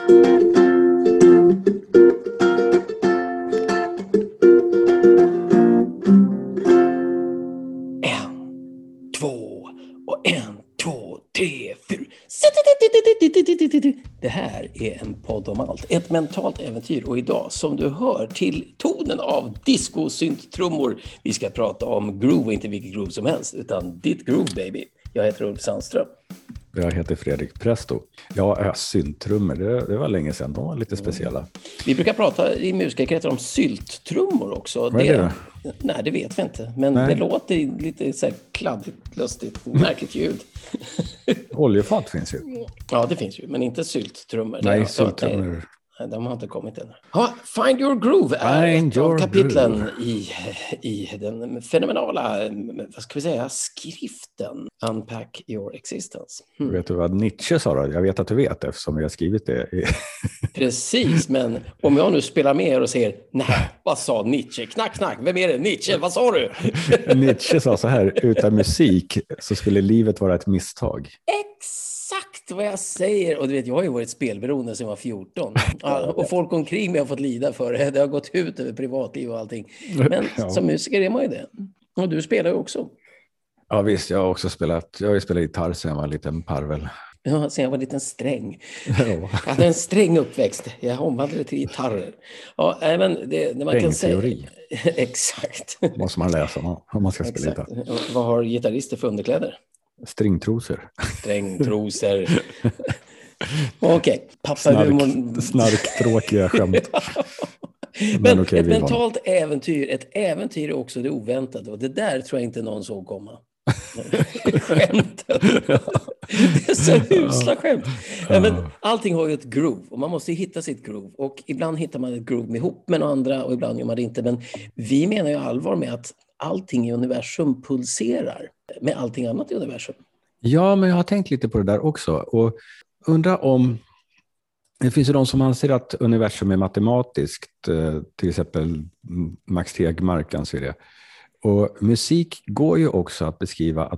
Det här är en podd om allt, ett mentalt äventyr, och idag, som du hör, till tonen av disco-synttrummor. Vi ska prata om groove, inte vilket groove som helst, utan ditt groove, baby. Jag heter Ulf Sandström. Jag heter Fredrik Presto. Ja, synttrummor, det var länge sedan. De var lite speciella. Vi brukar prata i musikerkretsar om sylttrummor också. Vad är det? Nej, det vet vi inte. Men det låter lite så här kladdigt, lustigt, märkligt ljud. Oljefat finns ju. Ja, det finns ju, men inte sylttrummor. Nej, sylttrummor. De har inte kommit än. Find Your Groove är ett av kapitlen i den fenomenala, vad ska vi säga, skriften Unpack Your Existence. Vet du vad Nietzsche sa då? Jag vet att du vet eftersom vi har skrivit det. Precis, men om jag nu spelar med er och säger, nej, vad sa Nietzsche? Knack, vem är det? Nietzsche, vad sa du? Nietzsche sa så här, utan musik så skulle livet vara ett misstag. Exakt vad jag säger. Och du vet, jag har ju varit spelberoende sedan jag var 14. Och folk omkring mig har fått lida för det. Det har gått ut över privatliv och allting. Men som musiker är man ju det. Och du spelar ju också. Ja visst, jag har också spelat. Jag har ju spelat gitarr sedan jag var en liten parvel. Ja, sen jag var en liten sträng. Ja. Jag hade en sträng uppväxt. Jag omvandlade till gitarrer. Ja, men det man kan säga. Exakt. Måste man läsa om man ska spela gitarr. Vad har gitarrister för underkläder? Stringtrosor. Strängtrosor. Okej. Snarktråkiga skämt. Men ett mentalt äventyr, ett äventyr är också det oväntade. Och det där tror jag inte någon såg komma. Skämtet. Det är så husla skämt. Ja, men allting har ju ett groove och man måste hitta sitt groove. Och ibland hittar man ett groove ihop med några andra och ibland gör man det inte. Men vi menar ju allvar med att allting i universum pulserar med allting annat i universum. Ja, men jag har tänkt lite på det där också. Och undrar om... Det finns ju de som anser att universum är matematiskt. Till exempel Max Tegmark anser det. Och musik går ju också att beskriva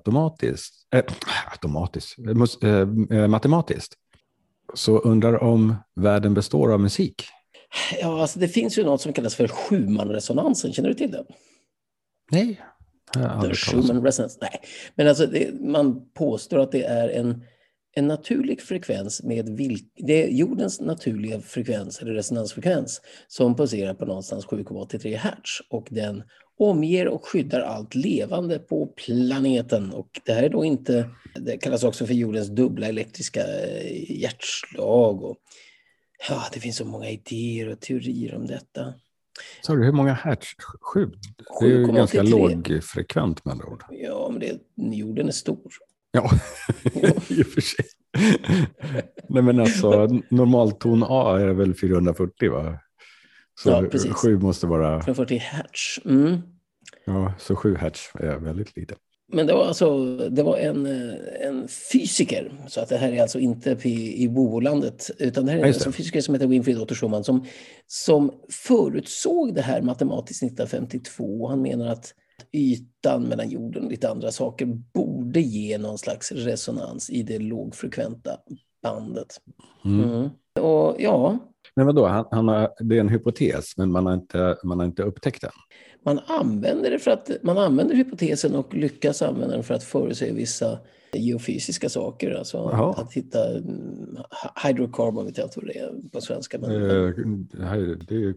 matematiskt. Så undrar om världen består av musik. Ja, alltså det finns ju något som kallas för Schumann-resonansen. Känner du till det? Nej. Schumann-resonans. Nej. Men alltså man påstår att det är en naturlig frekvens det är jordens naturliga frekvens eller resonansfrekvens som pulserar på någonstans 7,83 Hz och den omger och skyddar allt levande på planeten. Och det här är då inte, det kallas också för jordens dubbla elektriska hjärtslag och det finns så många idéer och teorier om detta. Så hur många hertz? 7? Det är ju ganska lågfrekvent med andra ord. Ja, men jorden är stor. Ja, i och för sig. Nej, men alltså, normalton A är väl 440, va? Så 7 måste vara... 440 hertz. Ja, så 7 hertz är väldigt lite. Men det var en fysiker, så att det här är alltså inte i Bolandet, utan det här är en fysiker som heter Winfried Otto Schumann som förutsåg det här matematiskt 1952. Han menar att ytan mellan jorden och lite andra saker borde ge någon slags resonans i det lågfrekventa bandet. Och ja. Men vadå? Det är en hypotes, men man har inte upptäckt den. Man använder hypotesen och lyckas använda den för att förutse vissa geofysiska saker. Alltså att hitta hydrocarbon, vet jag inte vad det är på svenska. Men, det är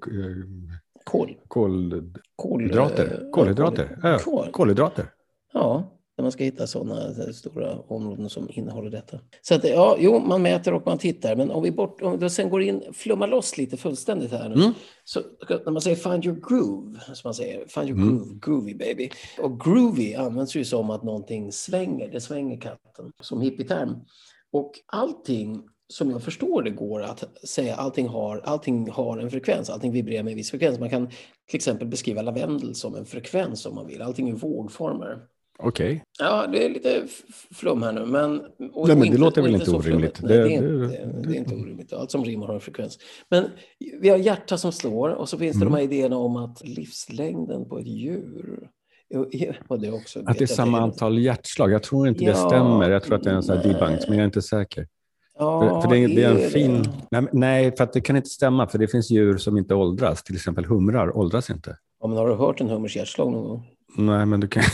kolhydrater. Ja, när man ska hitta sådana stora områden som innehåller detta. Så att, man mäter och man tittar. Men om vi sen går in, flummar loss lite fullständigt här nu. Så när man säger find your groove, som man säger, find your groove, groovy baby. Och groovy används ju som att någonting svänger, det svänger katten, som hippieterm. Och allting som jag förstår det går att säga, allting har en frekvens, allting vibrerar med en viss frekvens. Man kan till exempel beskriva lavendel som en frekvens om man vill. Allting är vågformer. Okej. Ja, det är lite flum här nu, men... Nej, men det låter väl inte orimligt. Nej, det är inte orimligt. Allt som rimmar har en frekvens. Men vi har hjärta som slår, och så finns det de här idéerna om att livslängden på ett djur... Och det att det är samma antal hjärtslag. Jag tror inte det stämmer. Jag tror att det är en sån här debunk, men jag är inte säker. Ja, för det är en det? fin... Nej, för att det kan inte stämma. För det finns djur som inte åldras. Till exempel humrar åldras inte. Ja, men har du hört en hummers hjärtslag någon gång? Nej, men du kan...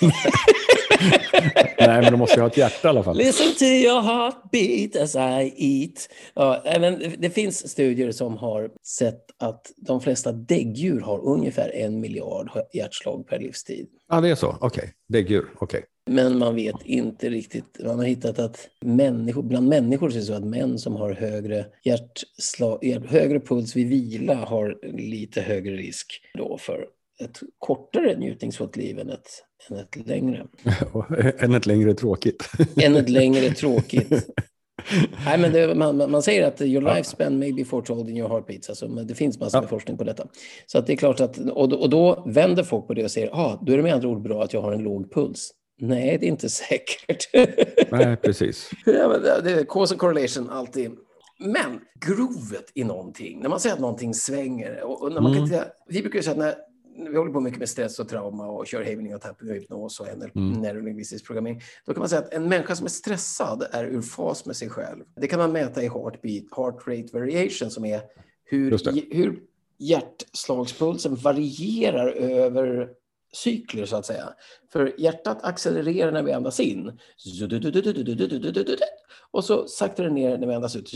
Nej, men du måste ha ett hjärta i alla fall. Listen to your heartbeat as I eat. Ja, men det finns studier som har sett att de flesta däggdjur har ungefär 1 miljard hjärtslag per livstid. Ja, det är så. Okej. Däggdjur. Okej. Men man vet inte riktigt. Man har hittat att bland människor så är det så att män som har högre puls vid vila har lite högre risk då för ett kortare njutningsfullt liv än ett längre. Än ett längre tråkigt. Än ett längre tråkigt. Nej, men man säger att your lifespan may be foretold in your heartbeats. Alltså, men det finns massor med forskning på detta. Så att det är klart att, och då vänder folk på det och säger, då är det med andra ord bra att jag har en låg puls. Nej, det är inte säkert. Nej, precis. Ja, men det är cause and correlation alltid. Men grovet i någonting, när man säger att någonting svänger, och när man kan säga, vi brukar ju säga att när vi håller på mycket med stress och trauma och kör hävning och tappning och hypnos och neurolingvistisk programmering, då kan man säga att en människa som är stressad är ur fas med sig själv. Det kan man mäta i heart rate variation, som är hur hjärtslagspulsen varierar över cykler så att säga. För hjärtat accelererar när vi andas in. Och så saktar det ner när vi andas ut.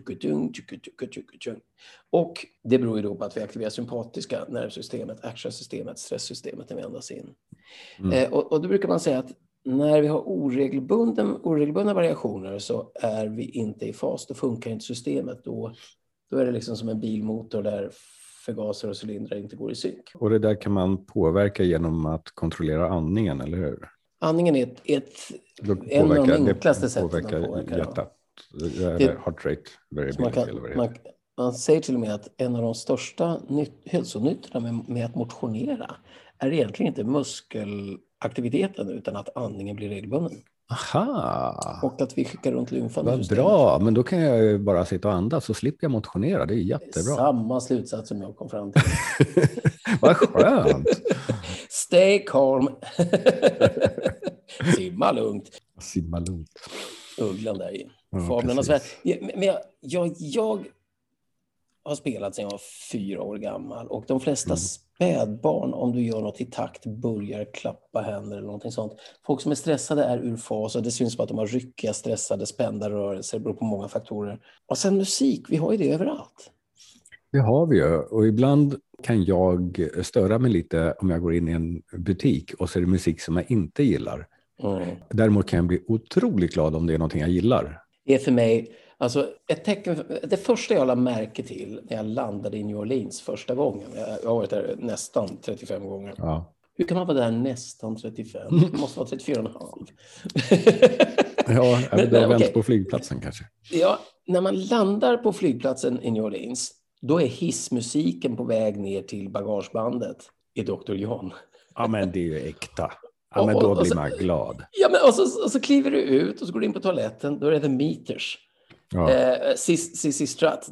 Och det beror ju då på att vi aktiverar sympatiska nervsystemet, actionsystemet, stresssystemet när vi andas in. Och då brukar man säga att när vi har oregelbundna variationer så är vi inte i fas. Då funkar inte systemet. Då är det liksom som en bilmotor där förgaser och cylindrar inte går i synk. Och det där kan man påverka genom att kontrollera andningen, eller hur? Andningen är en av de enklaste sätten att påverka hjärtat. Heart rate variability. Man säger till och med att en av de största hälsonyttorna med att motionera är egentligen inte muskelaktiviteten utan att andningen blir regelbunden. Aha! Och att vi skickar runt lymfan. Vad bra, men då kan jag ju bara sitta och andas så slipper jag motionera, det är jättebra. Samma slutsats som jag kom fram till. Vad skönt! Stay calm. Simma lugnt. Simma lugnt. Ugglan där i fablernas värld. Men jag har spelat sedan jag var 4 år gammal och de flesta spädbarn, om du gör något i takt, börjar klappa händer eller någonting sånt. Folk som är stressade är ur fas och det syns på att de har ryckiga, stressade, spända rörelser. Det beror på många faktorer. Och sen musik, vi har ju det överallt. Det har vi ju, och ibland kan jag störa mig lite om jag går in i en butik och så är det musik som jag inte gillar. Däremot kan jag bli otroligt glad om det är någonting jag gillar. Det är för mig, alltså ett tecken, det första jag lade märke till när jag landade i New Orleans första gången, jag har varit där nästan 35 gånger. Ja. Hur kan man vara där nästan 35? Det måste vara 34,5. Ja, det har vänt på flygplatsen kanske. Ja, när man landar på flygplatsen i New Orleans, då är hissmusiken på väg ner till bagagebandet i Dr. John. Ja, men det är ju äkta. Ja, men då blir man glad. Ja, men och så kliver du ut och så går du in på toaletten. Då är det The Meters. Ja. Sissy Strutt.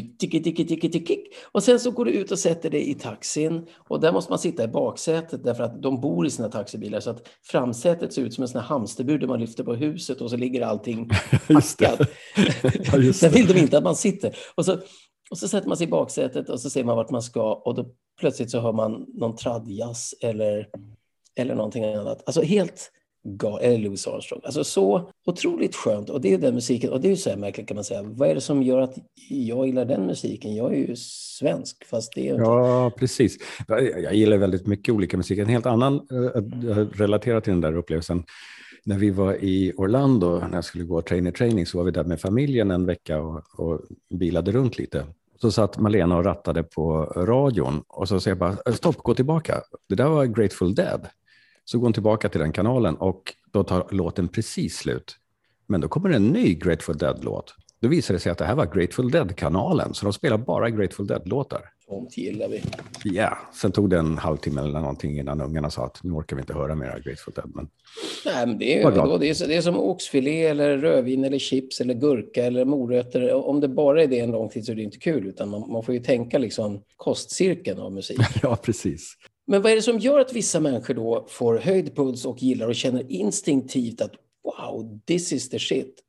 Och sen så går du ut och sätter dig i taxin. Och där måste man sitta i baksätet därför att de bor i sina taxibilar. Så att framsätet ser ut som en sån här hamsterbur där man lyfter på huset och så ligger allting packat. Sen vill de inte att man sitter. Och så sätter man sig i baksätet och så ser man vart man ska. Och då plötsligt så hör man någon tradjazz eller någonting annat. Alltså helt eller Louis Armstrong. Alltså så otroligt skönt. Och det är den musiken. Och det är ju så här märkligt kan man säga. Vad är det som gör att jag gillar den musiken? Jag är ju svensk fast det är inte... Ja, precis. Jag gillar väldigt mycket olika musik. En helt annan relaterat till den där upplevelsen. När vi var i Orlando, när jag skulle gå training så var vi där med familjen en vecka och bilade runt lite. Så satt Malena och rattade på radion och så säger jag bara, stopp, gå tillbaka. Det där var Grateful Dead. Så går hon tillbaka till den kanalen och då tar låten precis slut. Men då kommer en ny Grateful Dead-låt. Då visar det sig att det här var Grateful Dead-kanalen. Så de spelar bara Grateful Dead-låtar. Sånt gillar vi. Ja, sen tog det en halvtimme eller någonting innan ungarna sa att nu orkar vi inte höra mer Grateful Dead. Men... Nej, men det är som oxfilé eller rödvin eller chips eller gurka eller morötter. Om det bara är det en lång tid så är det inte kul. Utan man får ju tänka liksom kostcirkeln av musik. Ja, precis. Men vad är det som gör att vissa människor då får höjd puls och gillar och känner instinktivt att wow, this is the shit.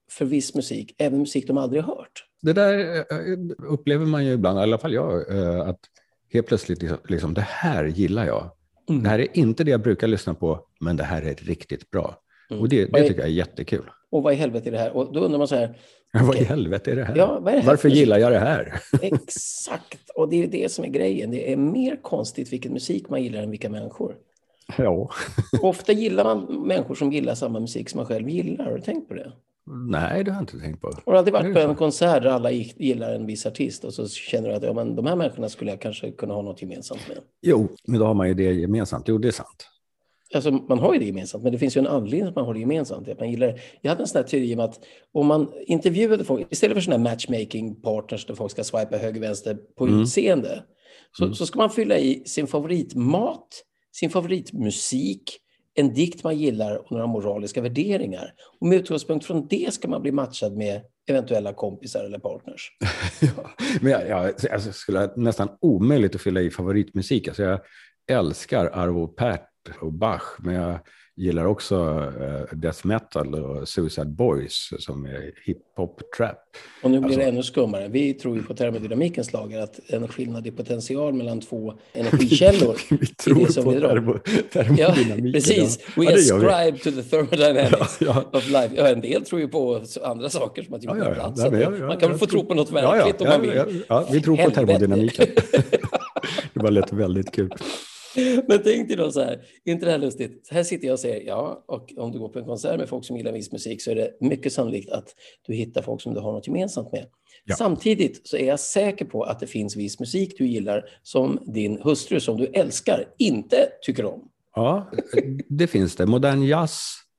för viss musik, även musik de aldrig har hört. Det där upplever man ju ibland, i alla fall jag, att helt plötsligt liksom, det här gillar jag. Det här är inte det jag brukar lyssna på, men det här är riktigt bra. Och det tycker jag är jättekul. Och vad i helvete är det här? Och då undrar man så här... Vad i helvete är det här? Ja, vad är det här? Varför gillar jag det här? Exakt, och det är det som är grejen. Det är mer konstigt vilken musik man gillar än vilka människor. Ja. Ofta gillar man människor som gillar samma musik som man själv gillar. Har du tänkt på det? Nej, det har jag inte tänkt på. Har du aldrig varit på en konsert där alla gillar en viss artist och så känner du att men de här människorna skulle jag kanske kunna ha något gemensamt med? Jo, men då har man ju det gemensamt. Jo, det är sant. Alltså man har ju det gemensamt, men det finns ju en anledning att man har det gemensamt. Att man gillar. Jag hade en sån här teori om att om man intervjuade folk, istället för såna här matchmaking partners där folk ska swipa höger vänster på utseende, så ska man fylla i sin favoritmat, sin favoritmusik, en dikt man gillar och några moraliska värderingar. Och med utgångspunkt från det ska man bli matchad med eventuella kompisar eller partners. Ja, men jag skulle nästan omöjligt att fylla i favoritmusik. Alltså jag älskar Arvo Pärt och Bach, men jag gillar också death metal och Suicide Boys som är hiphop trap. Och nu blir det ännu skummare. Vi tror ju på termodynamikens lagar att en skillnad i potential mellan två energikällor. Vi tror på termodynamiken. Ja, precis. We ascribe to the thermodynamics of life. Ja, en del tror ju på andra saker som att jorden är plats. Man kan väl få tro på något verkligt om man vill. Ja, vi tror på termodynamiken. Det var lät väldigt kul. Men tänk dig då så här, inte det här lustigt? Här sitter jag och säger, och om du går på en konsert med folk som gillar viss musik så är det mycket sannolikt att du hittar folk som du har något gemensamt med. Ja. Samtidigt så är jag säker på att det finns viss musik du gillar som din hustru som du älskar inte tycker om. Ja, det finns det. Modern jazz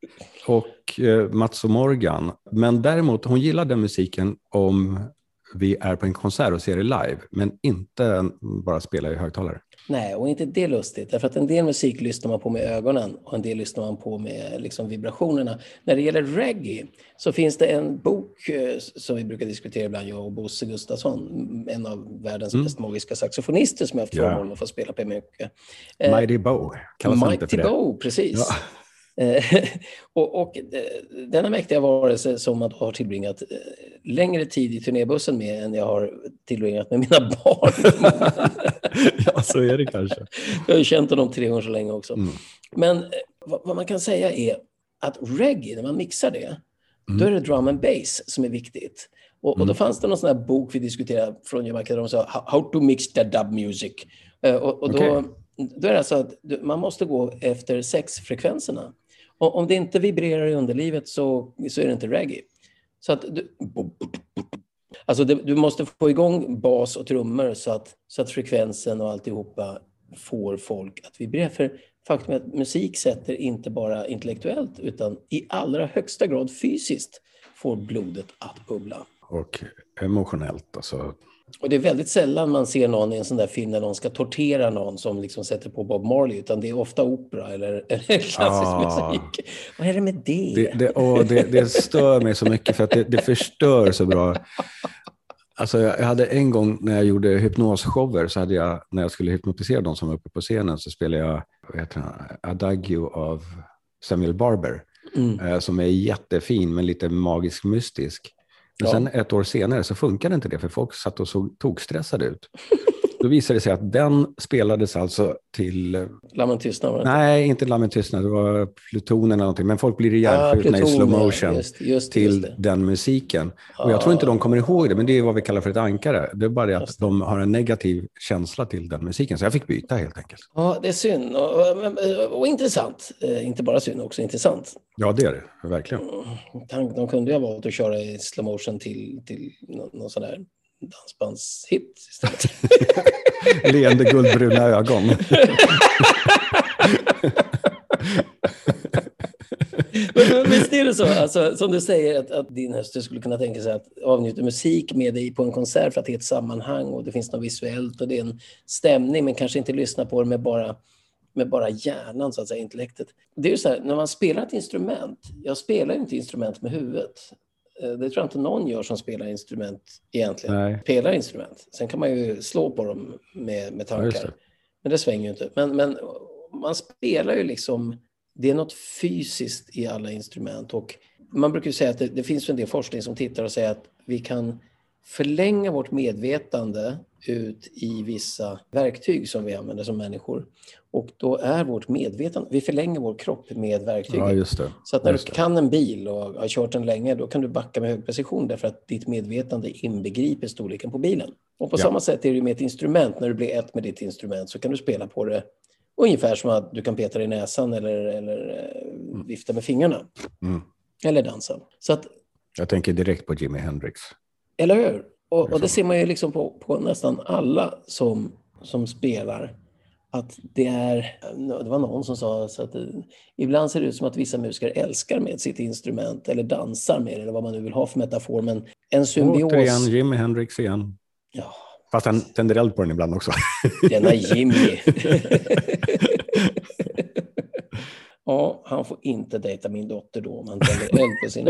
och Mats och Morgan. Men däremot, hon gillar den musiken om vi är på en konsert och ser det live, men inte bara spela i högtalare. Nej, och inte det lustigt. Därför att en del musik lyssnar man på med ögonen och en del lyssnar man på med liksom vibrationerna. När det gäller reggae så finns det en bok som vi brukar diskutera ibland, jag och Bosse Gustafsson, en av världens mest magiska saxofonister som jag har haft förmånen att få spela på mycket. Mighty Bo kallas han inte för det. Mighty Bo, precis. Ja. och denna mäktiga varelse som man har tillbringat längre tid i turnébussen med än jag har tillbringat med mina barn. Ja, så är det kanske. Jag har ju känt honom 3 gånger så länge också. Men vad man kan säga är att reggae, när man mixar det, då är det drum and bass som är viktigt. Och då fanns det någon sån här bok vi diskuterade från Jamaica där de sa How to mix the dub music. Och då är det alltså att man måste gå efter 6-frekvenserna. Och om det inte vibrerar i underlivet så är det inte reggae. Så att du måste få igång bas och trummor så att frekvensen och alltihopa får folk att vibrera. För faktum är att musik sätter inte bara intellektuellt utan i allra högsta grad fysiskt får blodet att bubbla. Och emotionellt alltså. Och det är väldigt sällan man ser någon i en sån där film när någon ska tortera någon som liksom sätter på Bob Marley, utan det är ofta opera eller klassisk musik. Vad är det med det? Det stör mig så mycket för att det förstör så bra. Alltså jag hade en gång när jag gjorde hypnosshower så hade jag, när jag skulle hypnotisera de som var uppe på scenen så spelade jag Adagio av Samuel Barber som är jättefin men lite magisk mystisk. Men sen ett år senare så funkade inte det för folk satt och tog stressade ut. Då visade det sig att den spelades alltså till... Lammen tystnad? Nej, inte Lammen tystnad. Det var Plutonen eller någonting. Men folk blir ihjälskjutna i slow motion till den musiken. Och jag tror inte de kommer ihåg det, men det är vad vi kallar för ett ankare. Det är bara det att de har en negativ känsla till den musiken. Så jag fick byta helt enkelt. Ja, det är synd. Och intressant. Inte bara synd, också intressant. Ja, det är det. Verkligen. De kunde ju ha valt att köra i slow motion till någon sån där dansbandshit istället. Leende guldbruna ögon. Men visst är det så, alltså, som du säger att din hustru skulle kunna tänka sig att avnjuta musik med dig på en konsert för att det är ett sammanhang och det finns något visuellt och det är en stämning, men kanske inte lyssna på det med bara hjärnan, så att säga, intellektet. Det är ju så här, när man spelar ett instrument, jag spelar inte instrument med huvudet. Det tror jag inte någon gör som spelar instrument egentligen. Nej. Spelar instrument. Sen kan man ju slå på dem med tankar. Ja, men det svänger ju inte. Men man spelar ju liksom, det är något fysiskt i alla instrument. Och man brukar ju säga att det finns en del forskning som tittar och säger att vi kan förlänga vårt medvetande ut i vissa verktyg som vi använder som människor. Och då är vårt medvetande, vi förlänger vår kropp med verktyg. Ja, just det. Så att när du kan en bil och har kört den länge, då kan du backa med hög precision därför att ditt medvetande inbegriper storleken på bilen. Och på samma sätt är det med ett instrument. När du blir ett med ditt instrument så kan du spela på det ungefär som att du kan peta i näsan eller vifta med fingrarna. Eller dansa. Så att, jag tänker direkt på Jimi Hendrix. Eller hur? Och det ser man ju liksom på nästan alla som spelar. Att det var någon som sa så att ibland ser det ut som att vissa musiker älskar med sitt instrument eller dansar med det, eller vad man nu vill ha för metafor. Men en symbios... Återigen, Jimi Hendrix igen. Ja. Fast han tänder eld på den ibland också. Denna Jimmy. Ja, han får inte dejta min dotter då om han tänder eld på sina...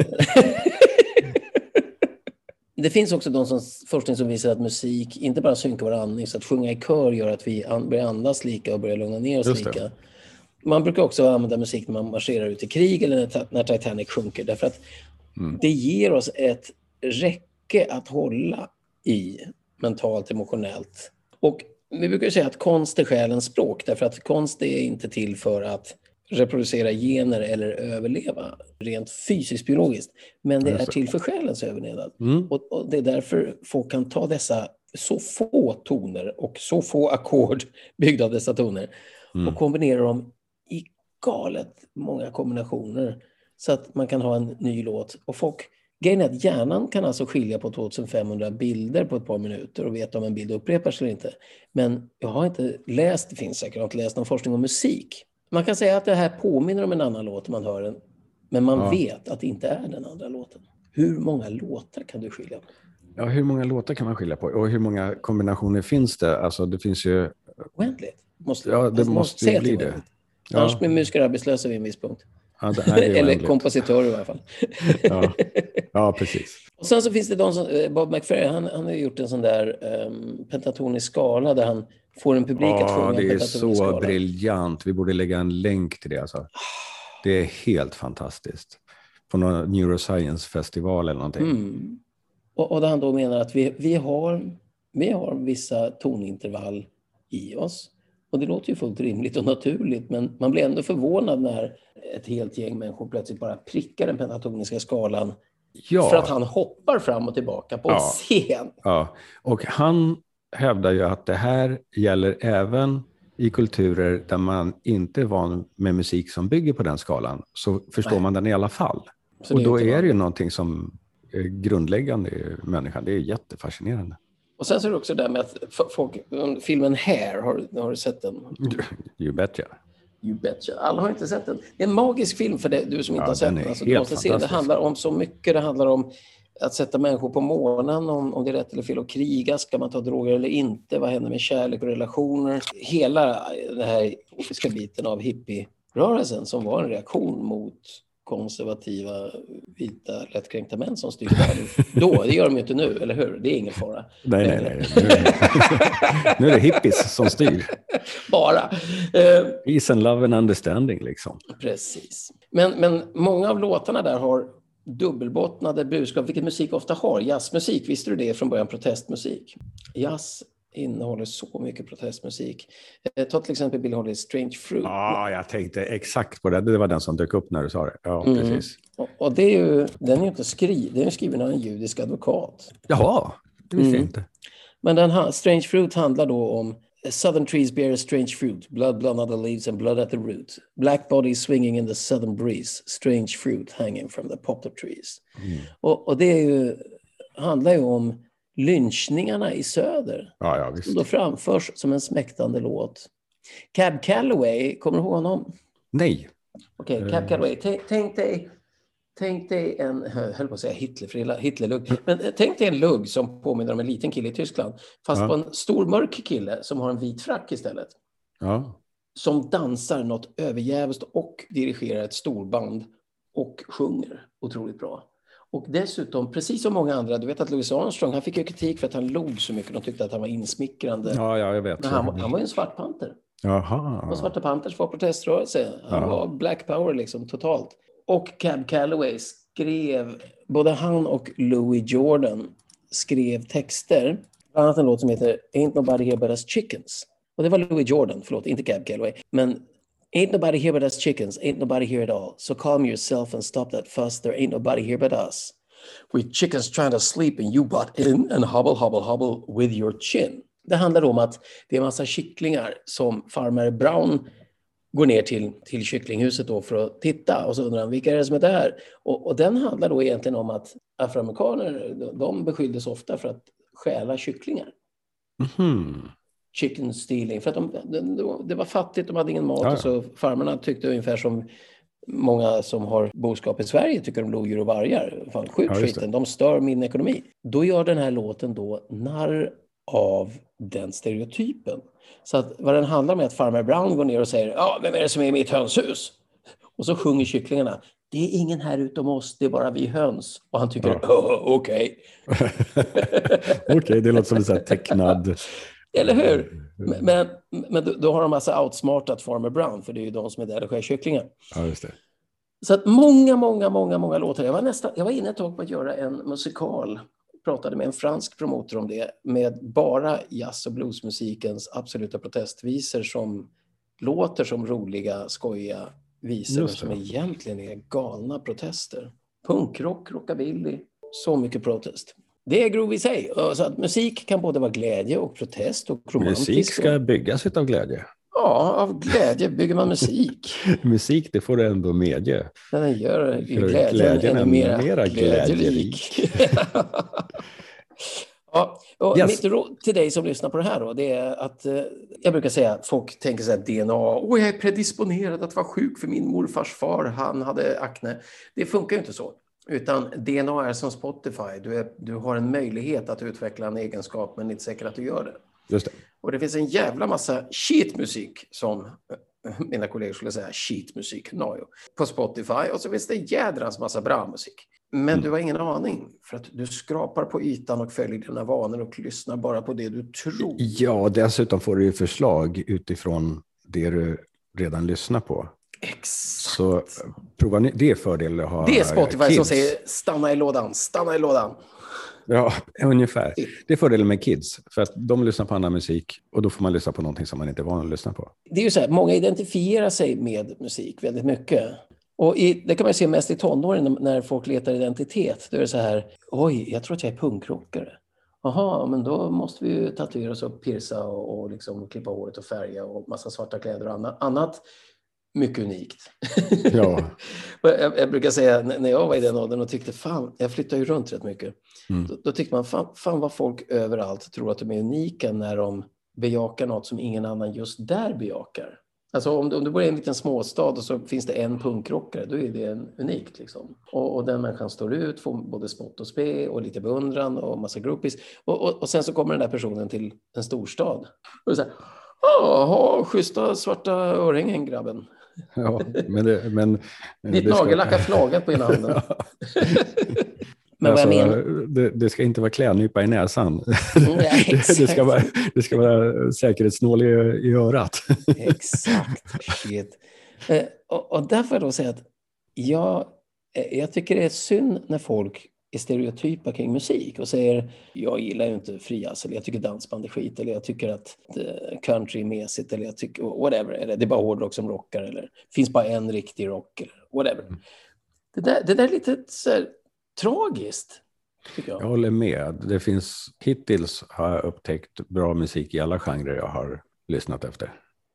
Det finns också forskning som visar att musik inte bara synkar vår andning, så att sjunga i kör gör att vi börjar andas lika och börjar lugna ner oss lika. Man brukar också använda musik när man marscherar ut i krig eller när Titanic sjunker, därför att det ger oss ett räcke att hålla i mentalt, emotionellt. Och vi brukar säga att konst är själens språk, därför att konst är inte till för att reproducera gener eller överleva rent fysiskt biologiskt, men det är till för själens överlevnad. Och det är därför folk kan ta dessa så få toner och så få ackord byggda av dessa toner och kombinera dem i galet många kombinationer så att man kan ha en ny låt. Och grejen är att hjärnan kan alltså skilja på 2500 bilder på ett par minuter och veta om en bild upprepar sig eller inte. Men jag har inte läst, det finns säkert, jag har inte läst någon forskning om musik. Man kan säga att det här påminner om en annan låt man hör den, men man vet att det inte är den andra låten. Hur många låtar kan du skilja på? Ja, hur många låtar kan man skilja på? Och hur många kombinationer finns det? Alltså det finns ju... Oändligt. Det måste ju bli det. Ja. Annars blir musiker arbetslösa vid en viss punkt. Ja, det är eller kompositörer i alla fall. Ja, precis. Och sen så finns det de som... Bob McFerrin, han har gjort en sån där pentatonisk skala där han får en publik att sjunga en pentatonisk skala. Det är så briljant. Vi borde lägga en länk till det. Alltså. Det är helt fantastiskt. På någon neuroscience-festival eller någonting. Och där han då menar att vi har vissa tonintervall i oss. Och det låter ju fullt rimligt och naturligt, men man blir ändå förvånad när ett helt gäng människor plötsligt bara prickar den pentatoniska skalan för att han hoppar fram och tillbaka på en scen. Ja, och han hävdar ju att det här gäller även i kulturer där man inte är van med musik som bygger på den skalan, så förstår man den i alla fall. Och då är det ju någonting som är grundläggande i människan. Det är jättefascinerande. Och sen så är det också det med att filmen Hair, har du sett den? You betcha. You betcha. Alla har inte sett den. Det är en magisk film för du som inte har sett den. Alltså, du måste se den. Det handlar om så mycket. Det handlar om att sätta människor på månen, om det är rätt eller fel att kriga. Ska man ta droger eller inte? Vad händer med kärlek och relationer? Hela den här ofiska biten av hippie-rörelsen som var en reaktion mot konservativa, vita, lättkränkta män som styr världen. Det gör de ju inte nu, eller hur? Det är ingen fara. Nej. Nu är det hippies som styr. Bara. Peace and love and understanding, liksom. Precis. Men många av låtarna där har dubbelbottnade budskap, vilket musik ofta har. Jazzmusik, visste du det, från början protestmusik? Jazz innehåller så mycket protestmusik. Ta till exempel Billie Holiday's Strange Fruit. Ja, jag tänkte exakt på det. Det var den som dök upp när du sa det. Ja, precis. Och det är ju, den är ju inte skriven av en judisk advokat. Jaha, det visste jag inte. Men Strange Fruit handlar då om Southern trees bear strange fruit, blood on the leaves and blood at the root. Black bodies swinging in the southern breeze, strange fruit hanging from the poplar trees. Och det handlar ju om lynchningarna i söder. Ja, visst. Som då framförs som en smäktande låt. Cab Calloway, kommer du ihåg honom? Nej. Okej, Cab Calloway. Tänk dig en, höll på att säga Hitlerlugg, men tänk dig en lugg som påminner om en liten kille i Tyskland, fast på en stor mörk kille som har en vit frack istället. Ja. Som dansar något överjävligt och dirigerar ett storband och sjunger otroligt bra. Och dessutom, precis som många andra, du vet att Louis Armstrong, han fick ju kritik för att han log så mycket. De tyckte att han var insmickrande. Ja, jag vet. Men han var ju en svart panter. Jaha. Och Svarta Panthers var proteströrelse. Han var Black Power liksom totalt. Och Cab Calloway både han och Louis Jordan skrev texter. Bland annat en låt som heter Ain't Nobody Here But Us Chickens. Och det var Louis Jordan, förlåt, inte Cab Calloway. Men Ain't nobody here but us chickens, ain't nobody here at all. So calm yourself and stop that fuss, there ain't nobody here but us. We chickens trying to sleep and you butt in and hobble, hobble, hobble with your chin. Det handlar om att det är en massa kycklingar som farmare Brown går ner till kycklinghuset då för att titta. Och så undrar han, vilka är det som är där? Och den handlar då egentligen om att afroamerikaner, de beskylldes ofta för att stjäla kycklingar. Chicken stealing. För att det var fattigt, de hade ingen mat. Ja. Och så farmarna tyckte ungefär som många som har boskap i Sverige tycker om lodjur och vargar. Fan, skjuten, de stör min ekonomi. Då gör den här låten då narr av den stereotypen. Så att vad den handlar om är att farmare Brown går ner och säger, ja, vem är det som är i mitt hönshus? Och så sjunger kycklingarna, det är ingen här utom oss, det är bara vi höns. Och han tycker, okej. Okej, det låter som en sån här tecknad... Eller hur? Men då har de alltså outsmartat farmer Brown, för det är ju de som är där och skär kycklingar. Ja, just det. Så att många låtar. Jag var inne ett tag på att göra en musikal. Pratade med en fransk promotor om det. Med bara jazz- och bluesmusikens absoluta protestvisor som låter som roliga, skojiga visor. Som egentligen är galna protester. Punkrock, rockabilly, så mycket protest. Det är groovy i sig. Så att musik kan både vara glädje och protest och romantisk. Musik ska byggas av glädje. Ja, av glädje bygger man musik. Musik, det får du ändå medge. Den gör glädjen ännu mera glädjerik. Ja, och mitt råd till dig som lyssnar på det här då, det är att jag brukar säga att folk tänker så här DNA, jag är predisponerad att vara sjuk för min morfars far, han hade akne. Det funkar ju inte så. Utan DNA är som Spotify. Du har en möjlighet att utveckla en egenskap, men inte säkert att du gör det. Just det. Och det finns en jävla massa shitmusik, som mina kollegor skulle säga, shitmusik, på Spotify. Och så finns det en jädrans massa bra musik. Men du har ingen aning, för att du skrapar på ytan och följer dina vanor och lyssnar bara på det du tror. Ja, dessutom får du ju förslag utifrån det du redan lyssnar på. Exakt. Så prova det är fördel att ha. Det är Spotify kids som säger stanna i lådan. Ja, ungefär. Det är fördelen med kids, för att de lyssnar på annan musik och då får man lyssna på någonting som man inte är van att lyssna på. Det är ju så här, många identifierar sig med musik väldigt mycket. Och det kan man se mest i tonåren när folk letar identitet. Då är det så här, oj, jag tror att jag är punkrockare. Jaha, men då måste vi ju tatuera oss och pirsa och liksom klippa håret och färga och massa svarta kläder och annat. Mycket unikt. Ja. Jag brukar säga, när jag var i den åldern och tyckte, fan, jag flyttar ju runt rätt mycket. Då tyckte man, fan vad folk överallt tror att de är unika när de bejakar något som ingen annan just där bejakar. Alltså om du bor i en liten småstad och så finns det en punkrockare, då är det unikt liksom. Och den människan står ut, får både spott och spe och lite beundran och massa groupies. Och sen så kommer den där personen till en storstad. Och så här, schyssta svarta örhängen, grabben. Ja, men ditt nagellack har flagat på ena handen. Men alltså, vad jag menar... det ska inte vara klädnypa i näsan. Nej, det ska vara säkerhetsnål i örat. Exakt. Shit. Och därför får jag då säga att jag tycker det är synd när folk är stereotypa kring musik och säger, jag gillar ju inte frijazz, eller jag tycker dansband är skit, eller jag tycker att country är mesigt, eller jag tycker whatever, eller det är bara hårdrock som rockar, eller finns bara en riktig rock, eller whatever. Det där är lite så här, tragiskt, tycker jag. Jag håller med. Det finns, hittills har jag upptäckt bra musik i alla genrer jag har lyssnat efter.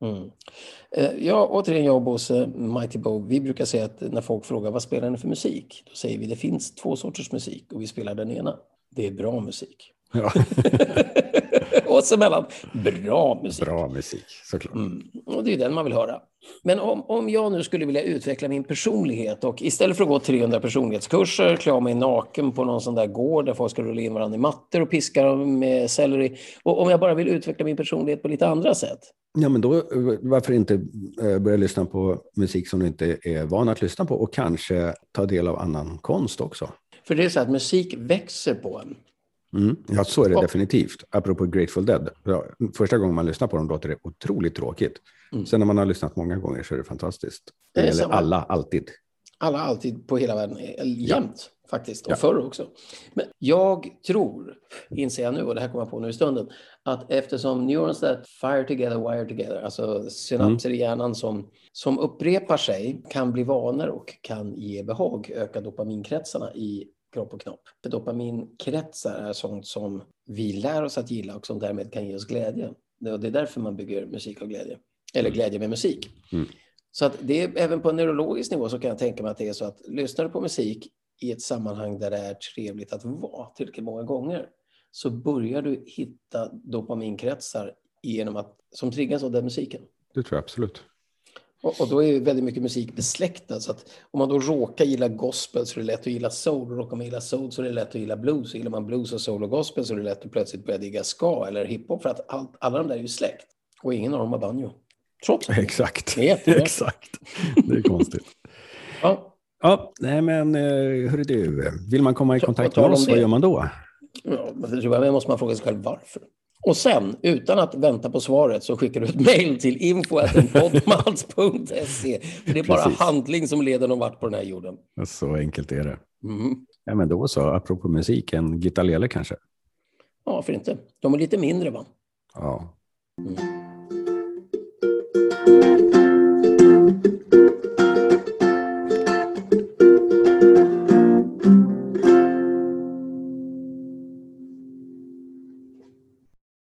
Ja, återigen jag och Bosse, Mighty Bo, vi brukar säga att när folk frågar vad spelar ni för musik? Då säger vi det finns 2 sorters musik och vi spelar den ena. Det är bra musik. Ja. Och så mellan bra musik. Bra musik, såklart. Och det är den man vill höra. Men om jag nu skulle vilja utveckla min personlighet och istället för att gå 300 personlighetskurser, klä mig naken på någon sån där gård där folk ska rulla in varandra i mattor och piska dem med selleri. Och om jag bara vill utveckla min personlighet på lite andra sätt. Ja, men då varför inte börja lyssna på musik som du inte är van att lyssna på och kanske ta del av annan konst också. För det är så att musik växer på en. Ja, så är det definitivt. Apropå Grateful Dead. Ja, första gången man lyssnar på dem låter det otroligt tråkigt. Sen när man har lyssnat många gånger så är det fantastiskt. Det gäller alla, alltid. Alla alltid på hela världen, jämt faktiskt, och förr också. Men jag tror, inser jag nu, och det här kommer jag på nu i stunden, att eftersom neurons that fire together, wire together, alltså synapser i hjärnan som upprepar sig, kan bli vanor och kan ge behag, öka dopaminkretsarna i kropp och knopp. För dopaminkretsar är sånt som vi lär oss att gilla och som därmed kan ge oss glädje. Det är därför man bygger musik av glädje. Eller glädje med musik. Så att det är, även på en neurologisk nivå så kan jag tänka mig att det är så att lyssnar du på musik i ett sammanhang där det är trevligt att vara tillräckligt många gånger, så börjar du hitta dopaminkretsar som triggas av den musiken. Det tror jag absolut. Och då är ju väldigt mycket musik besläktad, så att om man då råkar gilla gospel så är det lätt att gilla soul, och råkar man gilla soul så är det lätt att gilla blues, så gillar man blues och soul och gospel så är det lätt att plötsligt börja digga ska eller hiphop, för att alla de där är ju släkt och ingen av dem har banjo. Trots det. Exakt. Exakt. Det är konstigt. Ja, nej men hörru du, vill man komma i kontakt med oss, vad gör man då? Ja, måste man fråga sig själv varför. Och sen, utan att vänta på svaret, så skickar du ett mejl till info@podmals.se. För det är bara handling som leder någon vart på den här jorden. Så enkelt är det. Ja, men då så, apropå musik, en gitarrlele kanske? Ja, för inte. De är lite mindre, va? Ja.